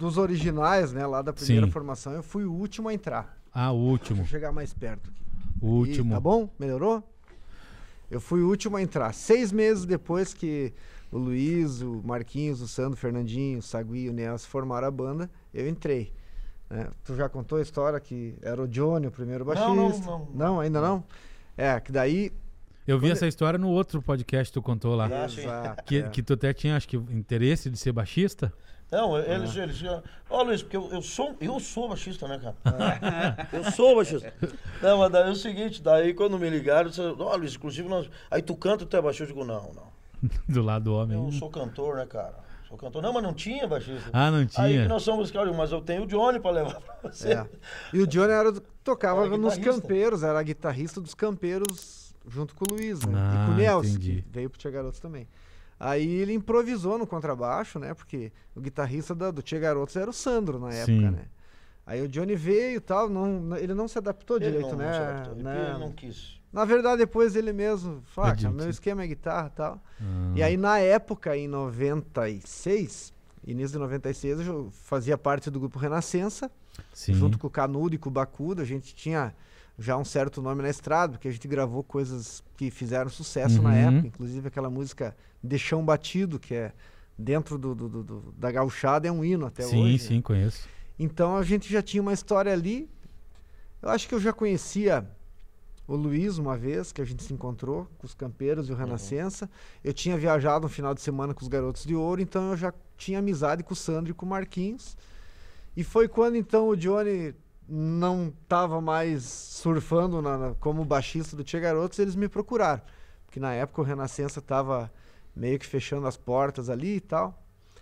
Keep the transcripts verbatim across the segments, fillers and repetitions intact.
dos originais, né, lá da primeira Sim. formação, eu fui o último a entrar. Ah, o último. Deixa eu chegar mais perto aqui. O último. E, tá bom? Melhorou? Eu fui o último a entrar. Seis meses depois que o Luiz, o Marquinhos, o Sandro, o Fernandinho, o Sagui e o Nelson formaram a banda, eu entrei. Né? Tu já contou a história que era o Johnny, o primeiro baixista? Não, não, não. Não, ainda não? É, que daí... Eu vi Quando- essa história no outro podcast que tu contou lá. Ah, sim. Exato, Que, é. que tu até tinha, acho que, interesse de ser baixista. Não, eles, eles... Ó, Luiz, porque eu, eu, sou, eu sou baixista, né, cara? Eu sou baixista. Não, mas daí é o seguinte, daí quando me ligaram, ó, Luiz, inclusive nós... Aí tu canta, tu é baixista? Eu digo, não, não. Do lado do homem. Eu sou cantor, né, cara? Sou cantor. Não, mas não tinha baixista. Ah, não Aí tinha. que nós somos buscar, eu digo, mas eu tenho o Johnny pra levar pra você. É. E o Johnny era, tocava Era nos guitarrista. Campeiros, era guitarrista dos Campeiros junto com o Luiz, né? Ah, e com o Nelson, entendi. que veio pro Tia Garotos também. Aí ele improvisou no contrabaixo, né? Porque o guitarrista da, do Tia Garotos era o Sandro na época, Sim. né? Aí o Johnny veio e tal, não, ele não se adaptou Ele direito, não, né? não, se adaptou, ele- Né? ele não quis. Na verdade, depois ele mesmo falou, ah, cara, Admite. meu esquema é guitarra e tal. Ah. E aí, na época, em noventa e seis, início de noventa e seis, eu fazia parte do grupo Renascença, Sim. junto com o Canudo e com o Bacudo. A gente tinha já um certo nome na estrada, porque a gente gravou coisas que fizeram sucesso na Uhum. época, inclusive aquela música De Chão Batido, que é dentro do, do- do- do- da gauchada, é um hino até Sim, hoje. sim, conheço. Então a gente já tinha uma história ali. Eu acho que eu já conhecia o Luiz uma vez, que a gente se encontrou com os Campeiros e o Renascença. Eu tinha viajado um final de semana com os Garotos de Ouro, então eu já tinha amizade com o Sandro e com o Marquinhos. E foi quando então o Johnny não estava mais surfando na- na- como baixista do Tia Garotos, eles me procuraram. Porque na época o Renascença estava meio que fechando as portas ali e tal.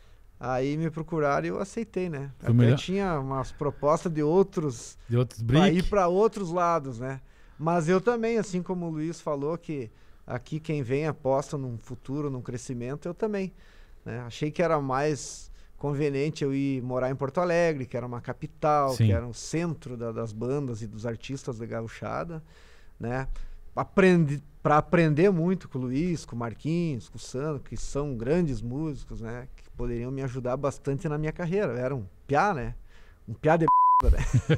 Aí me procuraram e eu aceitei, né? Foi Até melhor- tinha umas propostas de outros De outros para ir brick. para outros lados, né? Mas eu também, assim como o Luiz falou, que aqui quem vem aposta num futuro, num crescimento, eu também. Né? Achei que era mais conveniente eu ir morar em Porto Alegre, que era uma capital, Sim. que era um centro da- das bandas e dos artistas da gauchada, né? Aprendi, para aprender muito com o Luiz, com o Marquinhos, com o Sandro, que são grandes músicos, né? Que poderiam me ajudar bastante na minha carreira. Eu era um piá, né? Um piá de né?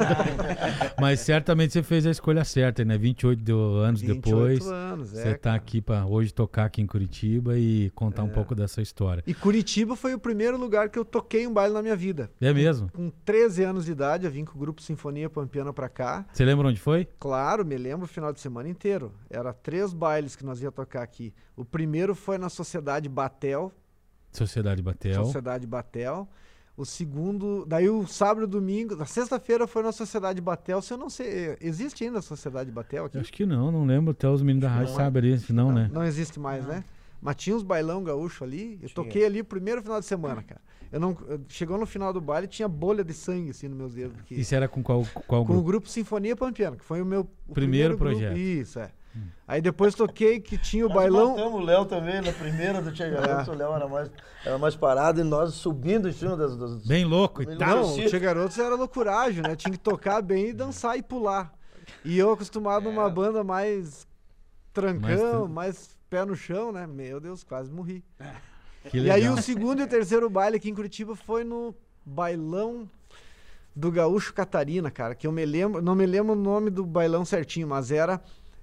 Mas certamente você fez a escolha certa, né? vinte e oito de- anos vinte e depois, oito anos, você é, tá cara. aqui para hoje tocar aqui em Curitiba e contar um É. pouco dessa história. E Curitiba foi o primeiro lugar que eu toquei um baile na minha vida. É mesmo? Com treze anos de idade, eu vim com o grupo Sinfonia Pampiana pra cá. Você lembra onde foi? Claro, me lembro o final de semana inteiro. Era três bailes que nós ia tocar aqui. O primeiro foi na Sociedade Batel. Sociedade Batel. Sociedade Batel. O segundo, daí o sábado e domingo, na sexta-feira foi na Sociedade Batel. Se eu não sei, existe ainda a Sociedade Batel aqui? Eu acho que não, não lembro. Até os meninos da rádio não, sabem ali, se não, né? Não existe mais, né? Mas tinha uns bailão gaúcho ali. Eu Tinha. toquei ali o primeiro final de semana, cara. Eu não, eu- chegou no final do baile, tinha bolha de sangue assim nos meus dedos. porque- Isso era com qual, qual com o grupo? grupo Sinfonia Pampiana, que foi o meu o Primeiro grupo. projeto. Isso, é. Aí depois toquei que tinha o Nós bailão. matamos o Léo também na primeira do Tia Garotos. O Léo era mais, era mais parado e nós subindo em cima das. das... Bem louco e Bem tal. Não, o Tia Garotos era loucuragem, né? Tinha que tocar bem e dançar e pular. E eu acostumado numa banda mais trancão, Mais mais pé no chão, né? Meu Deus, quase morri. Que E aí legal. o segundo e o terceiro baile aqui em Curitiba foi no bailão do Gaúcho Catarina, cara, que eu me lembro, não me lembro o nome do bailão certinho, mas era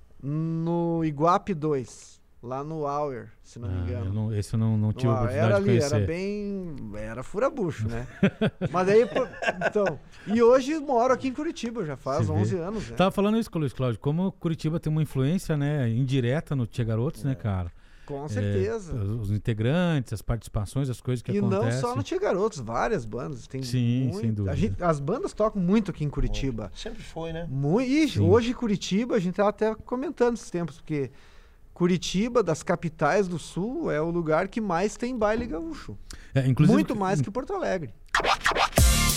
no Iguape dois, lá no Auer, se não me Ah, engano. eu não- esse eu não, não tive a No Auer. oportunidade Era de ali, conhecer. era bem, era furabucho, né? Mas aí, pô, então, e hoje moro aqui em Curitiba, já faz Se vê. onze anos, né? Tava falando isso com o Luiz Cláudio, como Curitiba tem uma influência, né, indireta no Tia Garotos, né, cara? Com É, certeza. os integrantes, as participações, as coisas que E acontecem. não só no Tia Garotos, várias bandas. Tem Sim, muito- sem dúvida. a gente- as bandas tocam muito aqui em Curitiba. Sempre foi, né? Muito, e Sim. hoje Curitiba, a gente tava até comentando esses tempos, porque Curitiba, das capitais do sul, é o lugar que mais tem baile gaúcho. É, inclusive, muito mais que Porto Alegre.